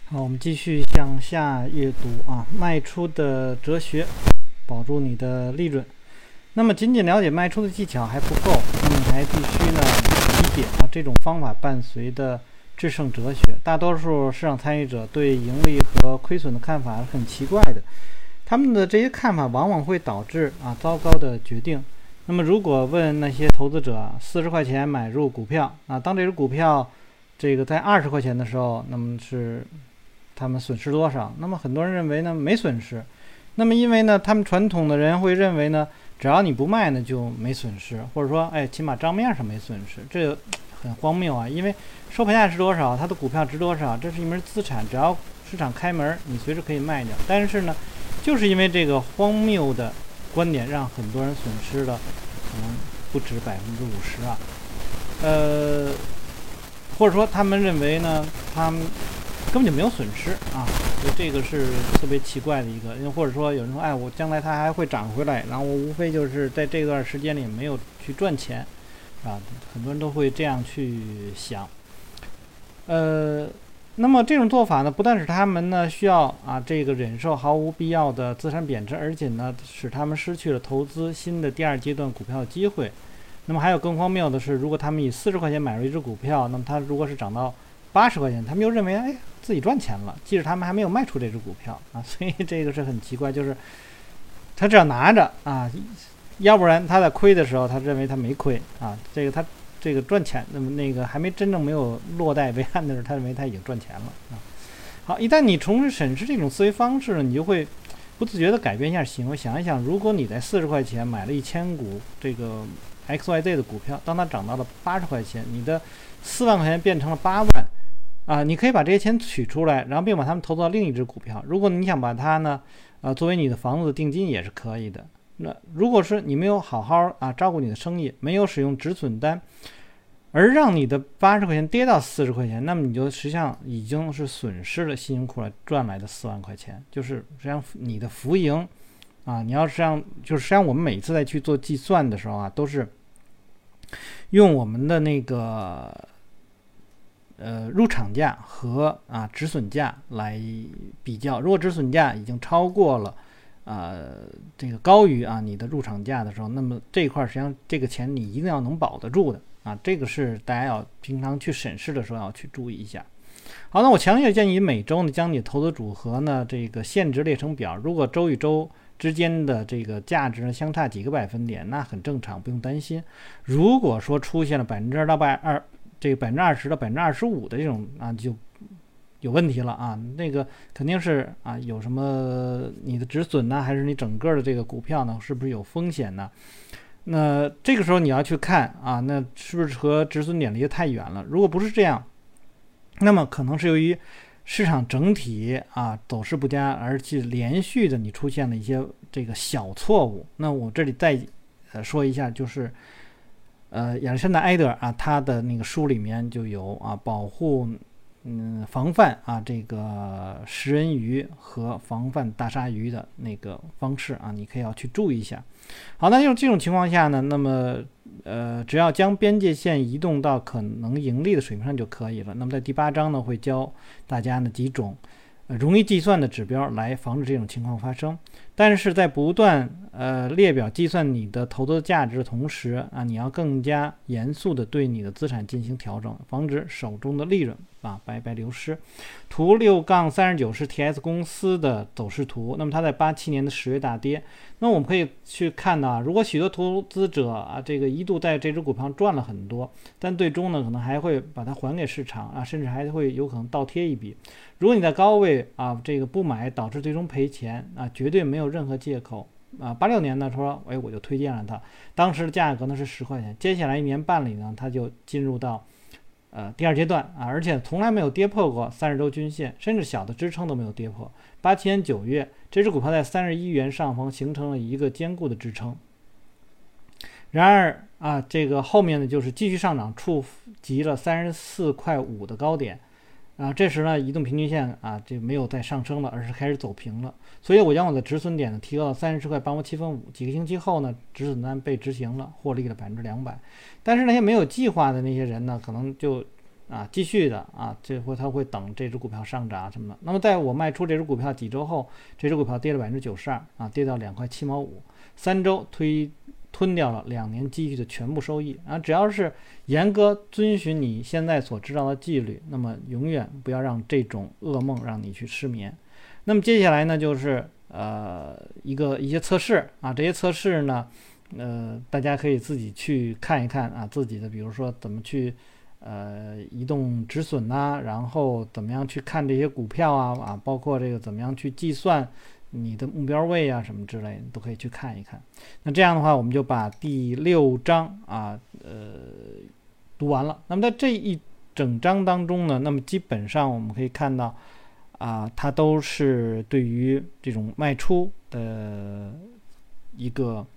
好，我们继续向下阅读卖出的哲学，保住你的利润。那么仅仅了解卖出的技巧还不够，那么你还必须呢理解这种方法伴随的制胜哲学。大多数市场参与者对盈利和亏损的看法是很奇怪的，他们的这些看法往往会导致糟糕的决定。那么如果问那些投资者40块钱买入股票当这只股票在20块钱的时候，那么是他们损失多少？那么很多人认为呢没损失。那么因为呢他们传统的人会认为呢只要你不卖呢就没损失，或者说起码账面上没损失。这很荒谬因为收盘价是多少，它的股票值多少，这是一门资产，只要市场开门你随时可以卖掉。但是呢就是因为这个荒谬的观点，让很多人损失了可能不止50%或者说他们认为呢他们根本就没有损失所以这个是特别奇怪的一个。或者说有人说我将来它还会涨回来，然后我无非就是在这段时间里没有去赚钱很多人都会这样去想。那么这种做法呢不但使他们呢需要这个忍受毫无必要的资产贬值，而且呢使他们失去了投资新的第二阶段股票的机会。那么还有更荒谬的是，如果他们以40块钱买入一只股票，那么它如果是涨到80块钱，他们又认为自己赚钱了，即使他们还没有卖出这只股票所以这个是很奇怪，就是他只要拿着要不然他在亏的时候他认为他没亏他这个赚钱，那么那个还没真正没有落袋为安的时候，他认为他已经赚钱了好，一旦你重新审视这种思维方式呢，你就会不自觉的改变一下行为。想一想，如果你在40块钱买了1000股这个 XYZ 的股票，当它涨到了80块钱，你的4万块钱变成了8万你可以把这些钱取出来，然后并把它们投到另一只股票。如果你想把它呢作为你的房子的定金也是可以的。那如果是你没有好好照顾你的生意，没有使用止损单，而让你的80块钱跌到40块钱，那么你就实际上已经是损失了辛辛苦苦赚来的4万块钱，就是实际上你的浮盈你要实际上我们每次在去做计算的时候都是用我们的那个入场价和止损价来比较。如果止损价已经超过了这个高于你的入场价的时候，那么这一块实际上这个钱你一定要能保得住的这个是大家要平常去审视的时候要去注意一下。好，那我强烈建议每周呢将你的投资组合呢这个现值列成表，如果周与周之间的这个价值呢相差几个百分点，那很正常，不用担心。如果说出现了2%到这个20%到25%的这种就有问题了那个肯定是有什么你的止损呢，还是你整个的这个股票呢是不是有风险呢？那这个时候你要去看那是不是和止损点离得太远了？如果不是这样，那么可能是由于市场整体走势不佳，而且连续的你出现了一些这个小错误。那我这里再说一下，就是亚历山大埃德尔他的那个书里面就有保护防范这个食人鱼和防范大鲨鱼的那个方式你可以要去注意一下。好，那就是这种情况下呢，那么只要将边界线移动到可能盈利的水平上就可以了。那么在第8章呢会教大家呢几种容易计算的指标来防止这种情况发生。但是在不断列表计算你的投资价值的同时你要更加严肃的对你的资产进行调整，防止手中的利润白白流失。图6-39是 TS 公司的走势图，那么它在87年的10月大跌。那我们可以去看到如果许多投资者这个一度在这只股票赚了很多，但最终呢可能还会把它还给市场甚至还会有可能倒贴一笔。如果你在高位这个不买导致最终赔钱绝对没有任何借口86年呢说我就推荐了它，当时的价格呢是10块钱，接下来1年半里呢它就进入到第二阶段而且从来没有跌破过30周均线，甚至小的支撑都没有跌破。87年9月这只股票在31元上方形成了一个坚固的支撑。然而这个后面呢就是继续上涨，触及了34.5块的高点这时呢移动平均线这没有再上升了，而是开始走平了。所以我将我的止损点呢提高到30块8.75，几个星期后呢止损单被执行了，获利了200%。但是那些没有计划的那些人呢可能就继续的这回它会等这只股票上涨什么的。那么在我卖出这只股票几周后，这只股票跌了92%跌到2块7毛5，3周吞掉了2年积蓄的全部收益只要是严格遵循你现在所知道的纪律，那么永远不要让这种噩梦让你去失眠。那么接下来呢，就是一些测试这些测试呢大家可以自己去看一看自己的，比如说怎么去移动止损然后怎么样去看这些股票包括这个怎么样去计算你的目标位什么之类的，都可以去看一看。那这样的话，我们就把第6章读完了。那么在这一整章当中呢，那么基本上我们可以看到它都是对于这种卖出的一个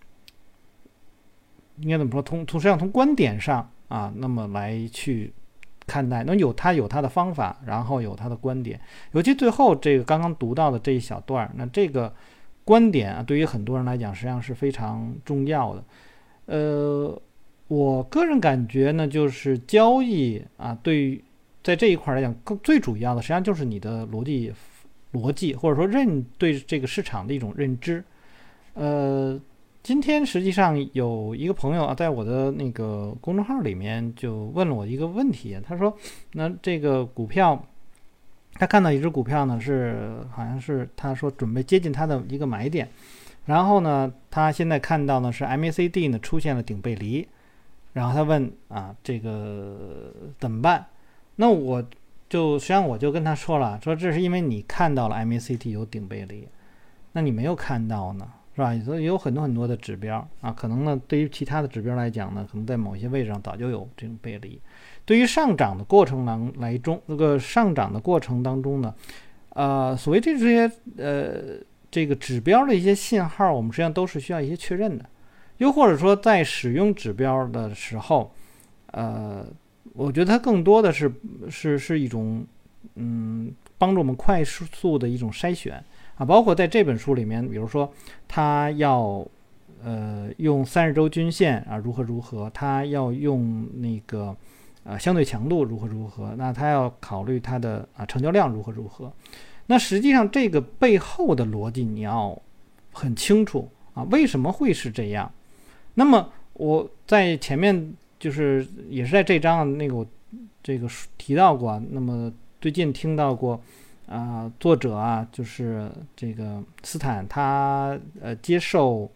应该怎么说，实际上从观点上那么来去看待，那有它的方法，然后有它的观点。尤其最后这个刚刚读到的这一小段，那这个观点对于很多人来讲实际上是非常重要的。我个人感觉呢，就是交易对于在这一块来讲，最主要的实际上就是你的逻辑，或者说对这个市场的一种认知。今天实际上有一个朋友在我的那个公众号里面就问了我一个问题，他说那这个股票，他看到一只股票呢好像是他说准备接近他的一个买点，然后呢他现在看到呢是 MACD 呢出现了顶背离，然后他问这个怎么办？那实际上我就跟他说了，说这是因为你看到了 MACD 有顶背离，那你没有看到呢，是吧？所以有很多的指标可能呢对于其他的指标来讲呢，可能在某些位置上早就有这种背离。对于上涨的过程上涨的过程当中呢，所谓这些这个指标的一些信号，我们实际上都是需要一些确认的。又或者说在使用指标的时候，我觉得它更多的是一种帮助我们快速的一种筛选包括在这本书里面，比如说它要用30周均线如何，它要用那个相对强度如何，那它要考虑它的成交量如何。那实际上这个背后的逻辑你要很清楚为什么会是这样。那么我在前面就是也是在这章那个我这个提到过那么最近听到过作者就是这个斯坦，他接受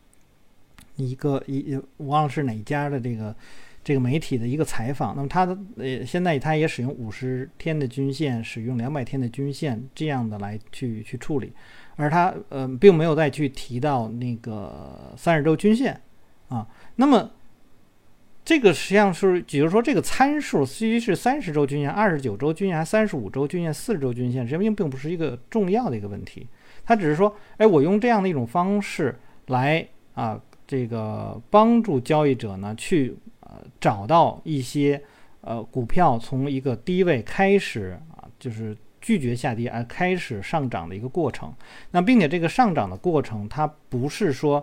我忘了是哪家的这个媒体的一个采访。那么现在他也使用50天的均线，使用200天的均线这样的来去处理，而他并没有再去提到那个30周均线那么这个实际上是，比如说这个参数至于是30周均线、29周均线、35周均线、40周均线，实际上并不是一个重要的一个问题。它只是说，我用这样的一种方式来这个帮助交易者呢去找到一些股票从一个低位开始就是拒绝下跌而开始上涨的一个过程。那并且这个上涨的过程，它不是说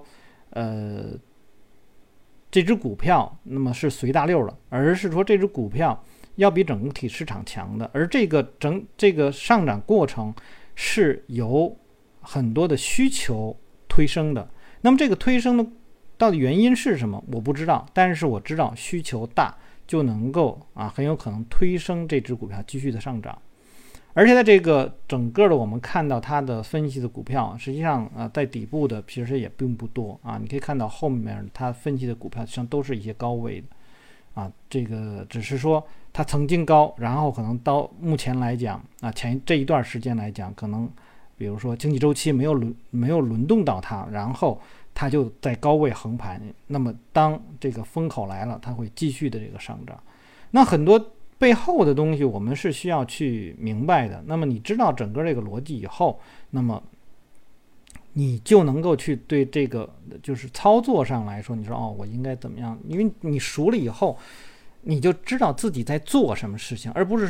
这只股票那么是随大溜的，而是说这只股票要比整体市场强的，而这个上涨过程是由很多的需求推升的。那么这个推升的到底原因是什么我不知道，但是我知道需求大就能够很有可能推升这只股票继续的上涨。而且在这个整个的我们看到它的分析的股票，实际上在底部的其实也并不多你可以看到后面它分析的股票实际上都是一些高位的这个只是说它曾经高，然后可能到目前来讲这一段时间来讲，可能比如说经济周期没有轮动到它，然后它就在高位横盘，那么当这个风口来了，它会继续的这个上涨。那很多背后的东西我们是需要去明白的。那么你知道整个这个逻辑以后，那么你就能够去对这个就是操作上来说，你说我应该怎么样，因为你熟了以后你就知道自己在做什么事情，而不是说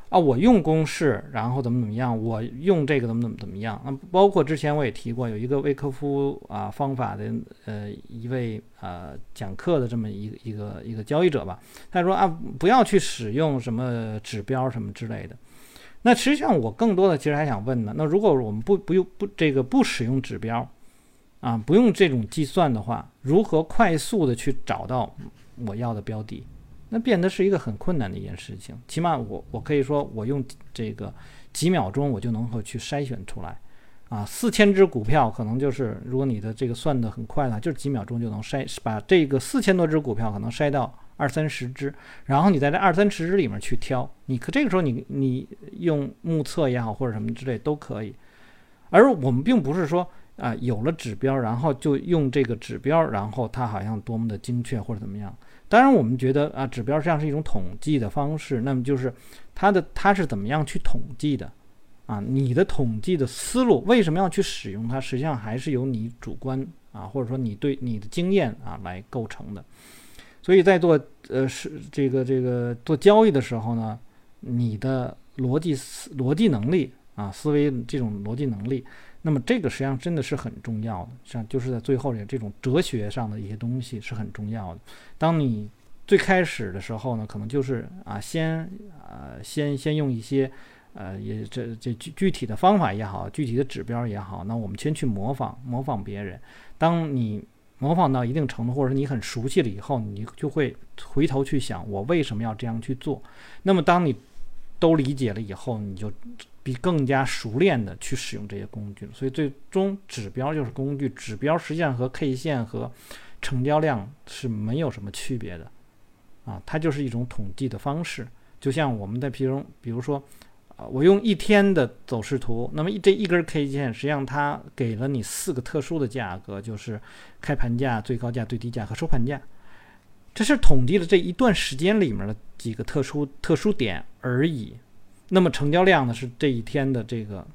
我用公式，然后怎么样，我用这个怎么样。包括之前我也提过，有一个微科夫方法的一位讲课的这么一个交易者吧，他说不要去使用什么指标什么之类的。那实际上我更多的其实还想问呢，那如果我们不使用指标不用这种计算的话，如何快速的去找到我要的标的？那变得是一个很困难的一件事情。起码我可以说，我用这个几秒钟我就能够去筛选出来4000只股票，可能就是如果你的这个算得很快了，就是几秒钟就能把这个4000多只股票可能筛到20-30只，然后你在这20-30只里面去挑。这个时候你用目测也好或者什么之类都可以。而我们并不是说有了指标，然后就用这个指标，然后它好像多么的精确或者怎么样。当然我们觉得指标实际上是一种统计的方式，那么就是它是怎么样去统计的你的统计的思路为什么要去使用它，实际上还是由你主观或者说你对你的经验来构成的。所以在做做交易的时候呢，你的逻辑能力思维这种逻辑能力，那么这个实际上真的是很重要的，实际上就是在最后这种哲学上的一些东西是很重要的。当你最开始的时候呢，可能就是先用一些这具体的方法也好，具体的指标也好，那我们先去模仿别人。当你模仿到一定程度，或者是你很熟悉了以后，你就会回头去想我为什么要这样去做。那么当你都理解了以后，你就更加熟练的去使用这些工具。所以最终指标就是工具，指标实际上和 K 线和成交量是没有什么区别的它就是一种统计的方式。就像我们在比如说我用一天的走势图，那么这一根 K 线实际上它给了你4个特殊的价格，就是开盘价、最高价、最低价和收盘价。这是统计了这一段时间里面的几个特殊点而已。那么成交量呢是这一天的这个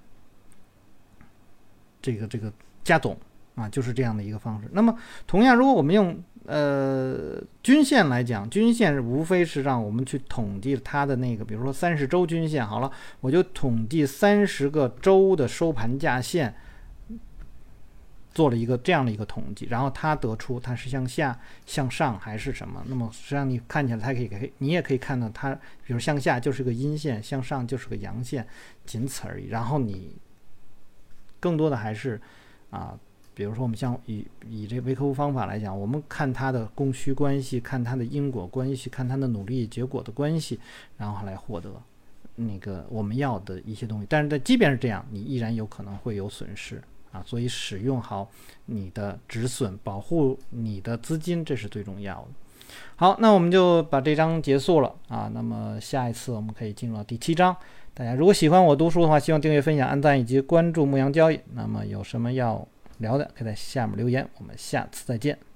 加总就是这样的一个方式。那么同样，如果我们用均线来讲，均线无非是让我们去统计它的那个，比如说30周均线，好了，我就统计30个周的收盘价线，做了这样的一个统计，然后它得出它是向下、向上还是什么。那么实际上你看起来你也可以看到它，比如向下就是个阴线，向上就是个阳线，仅此而已。然后你更多的还是比如说我们像以这微科夫方法来讲，我们看它的供需关系，看它的因果关系，看它的努力结果的关系，然后来获得那个我们要的一些东西。但是即便是这样，你依然有可能会有损失所以使用好你的止损，保护你的资金，这是最重要的。好，那我们就把这章结束了那么下一次我们可以进入到第7章。大家如果喜欢我读书的话，希望订阅、分享、按赞以及关注牧羊交易。那么有什么要聊的，可以在下面留言。我们下次再见。